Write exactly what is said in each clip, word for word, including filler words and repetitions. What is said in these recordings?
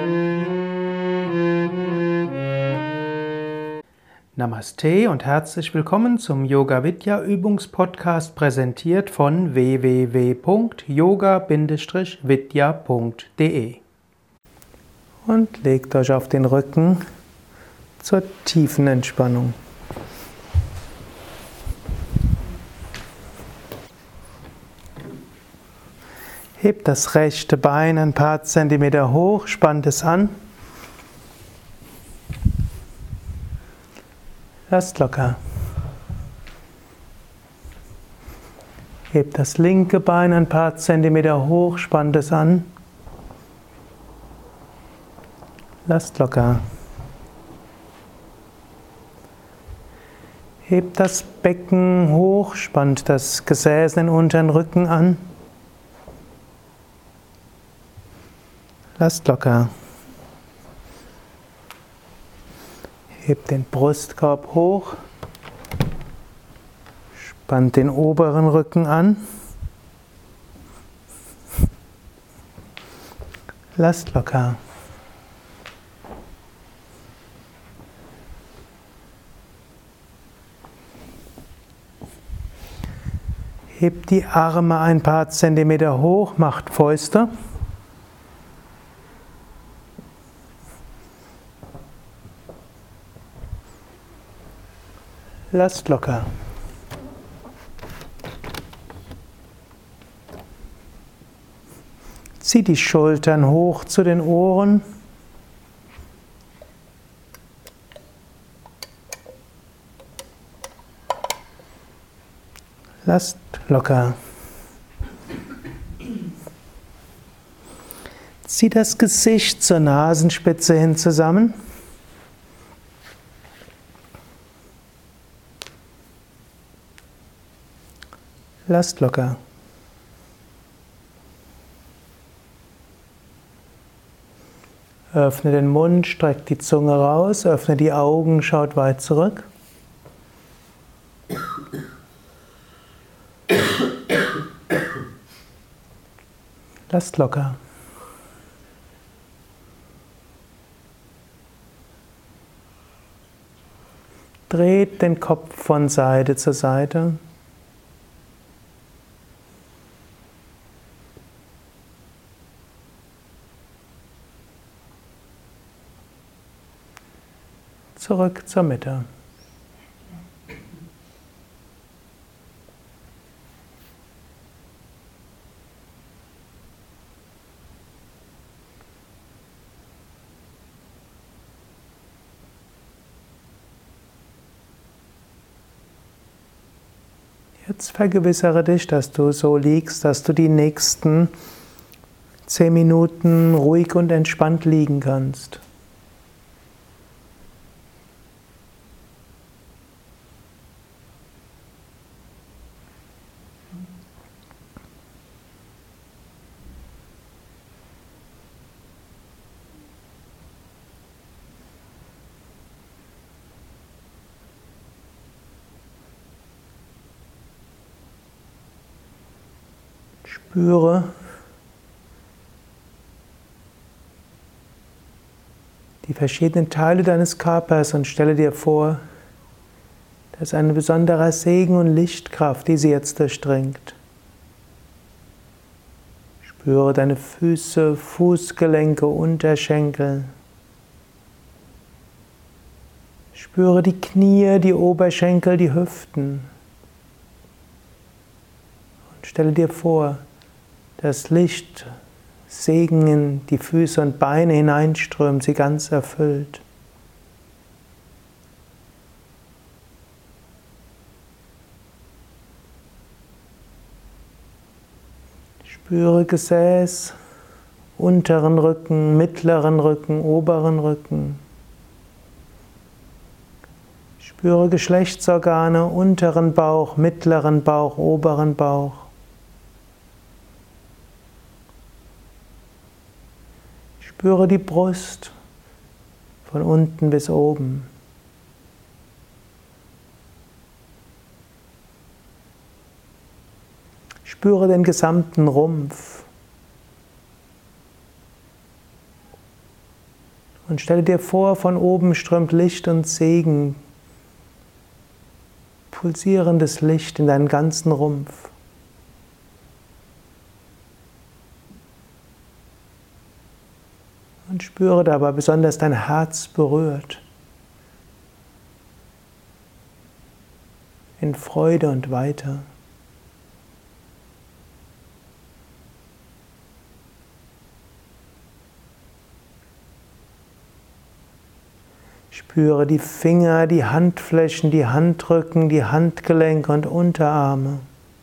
Namaste und herzlich willkommen zum Yoga Vidya Übungspodcast, präsentiert von w w w punkt yoga vidya punkt de. Und legt euch auf den Rücken zur tiefen Entspannung. Hebt das rechte Bein ein paar Zentimeter hoch, spannt es an. Lasst locker. Hebt das linke Bein ein paar Zentimeter hoch, spannt es an. Lasst locker. Hebt das Becken hoch, spannt das Gesäß in den unteren Rücken an. Lasst locker. Hebt den Brustkorb hoch, spannt den oberen Rücken an. Lasst locker. Hebt die Arme ein paar Zentimeter hoch, macht Fäuste. Lasst locker. Zieht die Schultern hoch zu den Ohren. Lasst locker. Zieht das Gesicht zur Nasenspitze hin zusammen. Lasst locker. Öffne den Mund, streckt die Zunge raus, öffne die Augen, schaut weit zurück. Lasst locker. Dreht den Kopf von Seite zu Seite. Zurück zur Mitte. Jetzt vergewissere dich, dass du so liegst, dass du die nächsten zehn Minuten ruhig und entspannt liegen kannst. Spüre die verschiedenen Teile deines Körpers und stelle dir vor, dass ein besonderer Segen und Lichtkraft diese jetzt durchdringt. Spüre deine Füße, Fußgelenke, Unterschenkel. Spüre die Knie, die Oberschenkel, die Hüften. Und stelle dir vor, das Licht, Segen in die Füße und Beine hineinströmt, sie ganz erfüllt. Spüre Gesäß, unteren Rücken, mittleren Rücken, oberen Rücken. Spüre Geschlechtsorgane, unteren Bauch, mittleren Bauch, oberen Bauch. Spüre die Brust von unten bis oben. Spüre den gesamten Rumpf. Und stelle dir vor, von oben strömt Licht und Segen, pulsierendes Licht in deinen ganzen Rumpf. Und spüre dabei besonders dein Herz berührt. In Freude und Weiter. Spüre die Finger, die Handflächen, die Handrücken, die Handgelenke und Unterarme.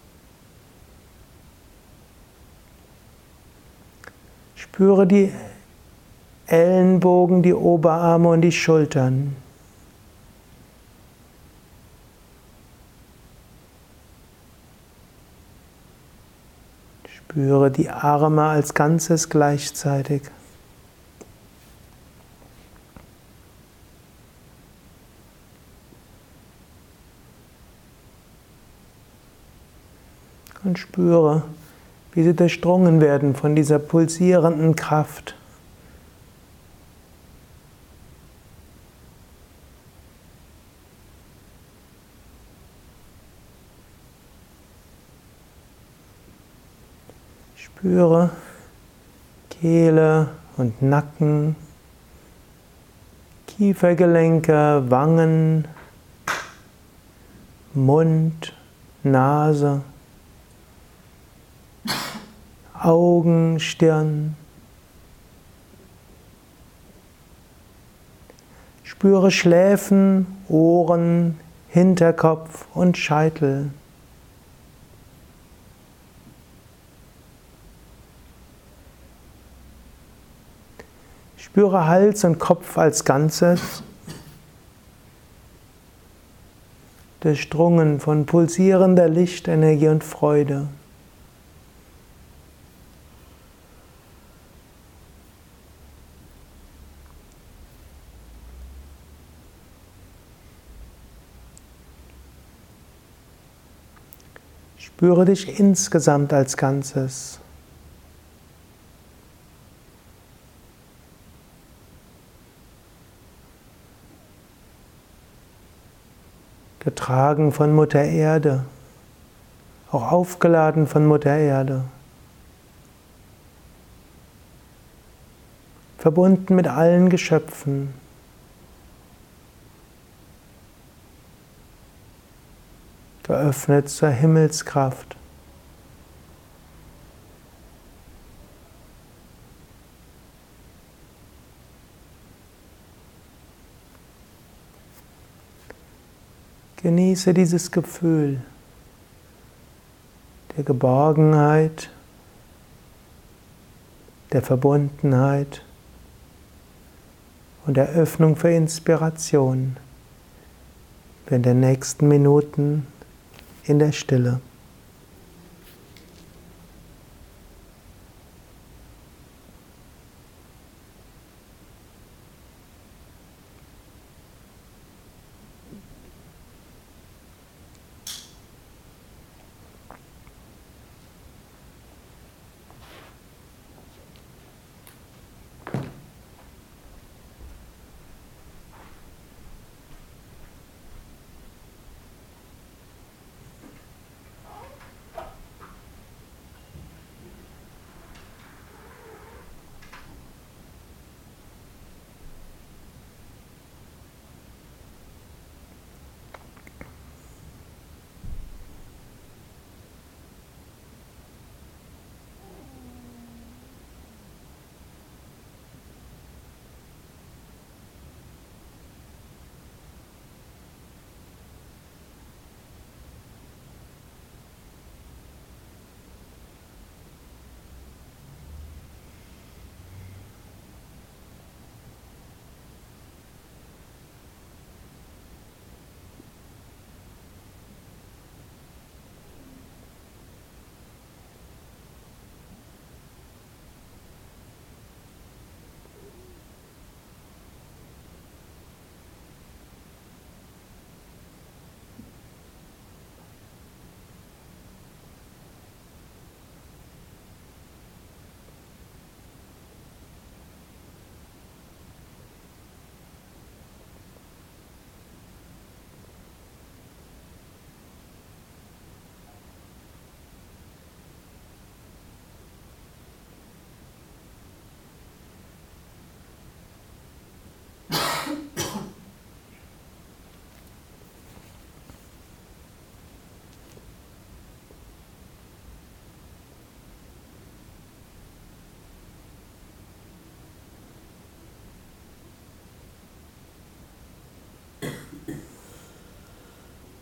Spüre die Ellenbogen, die Oberarme und die Schultern. Spüre die Arme als Ganzes gleichzeitig. Und spüre, wie sie durchdrungen werden von dieser pulsierenden Kraft. Spüre Kehle und Nacken, Kiefergelenke, Wangen, Mund, Nase, Augen, Stirn. Spüre Schläfen, Ohren, Hinterkopf und Scheitel. Spüre Hals und Kopf als Ganzes, durchdrungen von pulsierender Lichtenergie und Freude. Spüre dich insgesamt als Ganzes. Getragen von Mutter Erde, auch aufgeladen von Mutter Erde. Verbunden mit allen Geschöpfen. Geöffnet zur Himmelskraft. Genieße dieses Gefühl der Geborgenheit, der Verbundenheit und der Öffnung für Inspiration in den nächsten Minuten in der Stille.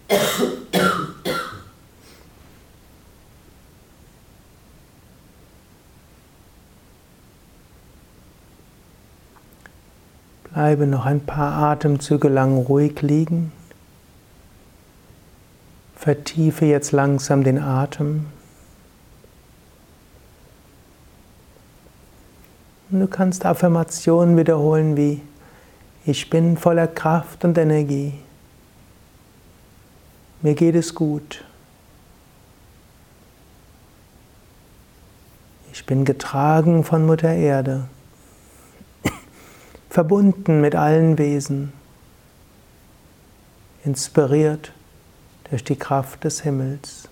Bleibe noch ein paar Atemzüge lang ruhig liegen. Vertiefe jetzt langsam den Atem. Und du kannst Affirmationen wiederholen wie: Ich bin voller Kraft und Energie. Mir geht es gut. Ich bin getragen von Mutter Erde, verbunden mit allen Wesen, inspiriert durch die Kraft des Himmels.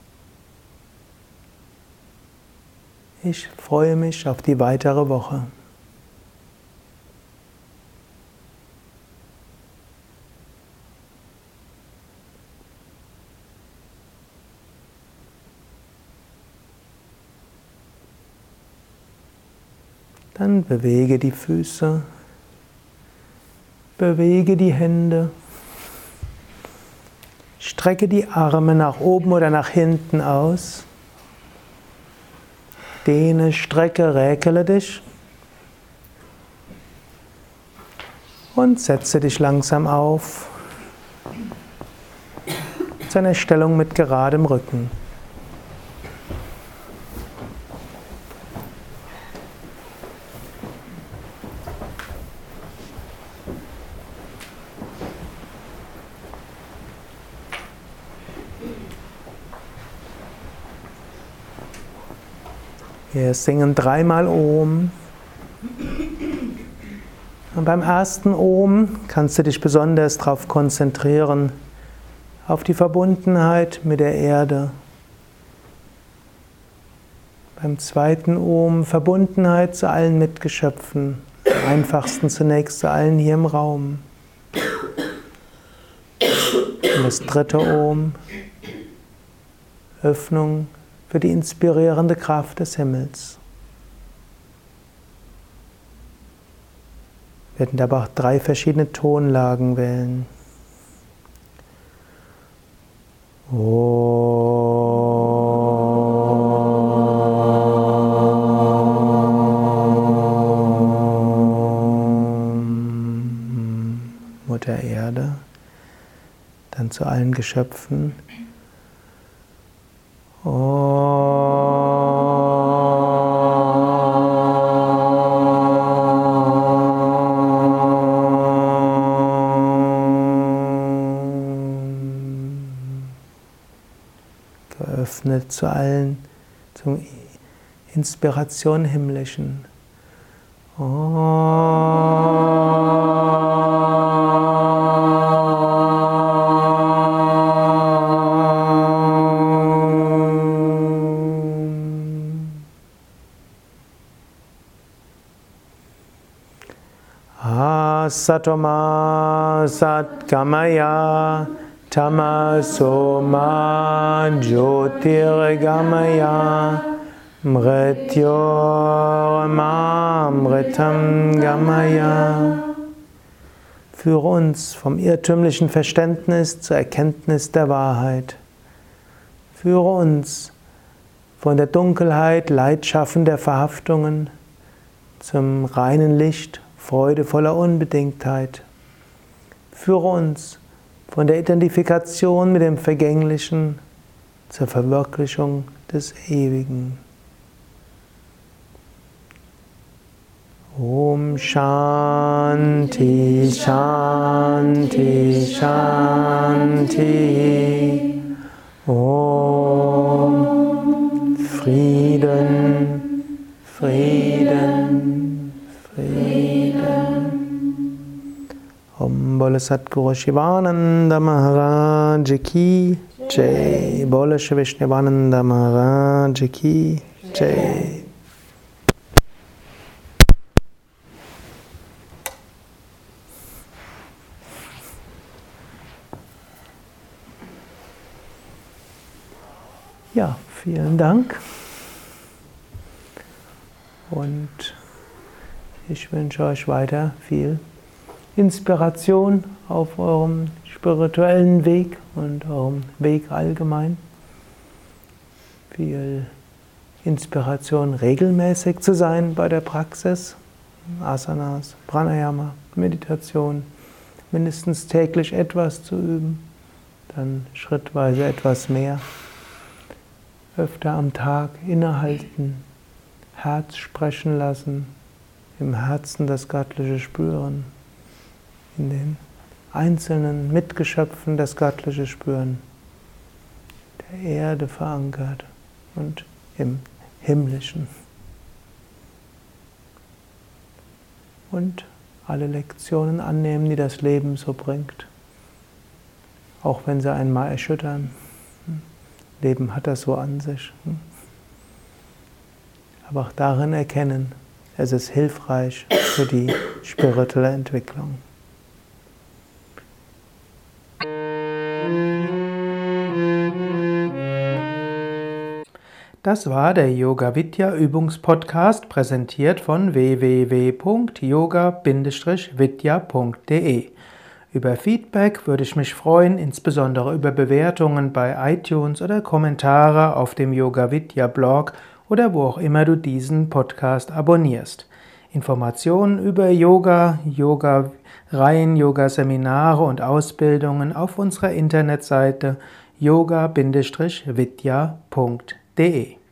Ich freue mich auf die weitere Woche. Dann bewege die Füße, bewege die Hände, strecke die Arme nach oben oder nach hinten aus, dehne, strecke, räkele dich und setze dich langsam auf zu einer Stellung mit geradem Rücken. Wir singen dreimal Om. Und beim ersten Om kannst du dich besonders darauf konzentrieren, auf die Verbundenheit mit der Erde. Beim zweiten Om Verbundenheit zu allen Mitgeschöpfen, am einfachsten zunächst zu allen hier im Raum. Und das dritte Om Öffnung für die inspirierende Kraft des Himmels. Wir werden dabei auch drei verschiedene Tonlagen wählen. Om, Mutter Erde, dann zu allen Geschöpfen. Geöffnet zu allen, zur Inspiration Himmlischen. Satoma Satgamaya Tamasoma Jyotirgamaya Mrityorma Mritam Gamaya. Führe uns vom irrtümlichen Verständnis zur Erkenntnis der Wahrheit. Führe uns von der Dunkelheit, Leidschaffen der Verhaftungen zum reinen Licht, freudevoller Unbedingtheit. Führe uns von der Identifikation mit dem Vergänglichen zur Verwirklichung des Ewigen. Om Shanti, Shanti, Shanti. Om Frieden, Frieden, Frieden. Om Bole Satguru Shivananda Maharaj Ki Jai. Bole Shri Vishnavananda Maharaj Ki Jai. Ja, vielen Dank. Und ich wünsche euch weiter viel Inspiration auf eurem spirituellen Weg und eurem Weg allgemein. Viel Inspiration, regelmäßig zu sein bei der Praxis. Asanas, Pranayama, Meditation, mindestens täglich etwas zu üben, dann schrittweise etwas mehr. Öfter am Tag innehalten, Herz sprechen lassen, im Herzen das Göttliche spüren, in den einzelnen Mitgeschöpfen das Göttliche spüren, der Erde verankert und im Himmlischen. Und alle Lektionen annehmen, die das Leben so bringt, auch wenn sie einmal erschüttern. Leben hat das so an sich. Aber auch darin erkennen, es ist hilfreich für die spirituelle Entwicklung. Das war der Yoga Vidya Übungspodcast, präsentiert von w w w punkt yoga Bindestrich vidya punkt de. Über Feedback würde ich mich freuen, insbesondere über Bewertungen bei iTunes oder Kommentare auf dem Yoga Vidya Blog oder wo auch immer du diesen Podcast abonnierst. Informationen über Yoga, Yoga-Reihen, Yoga-Seminare und Ausbildungen auf unserer Internetseite yoga Bindestrich vidya punkt de.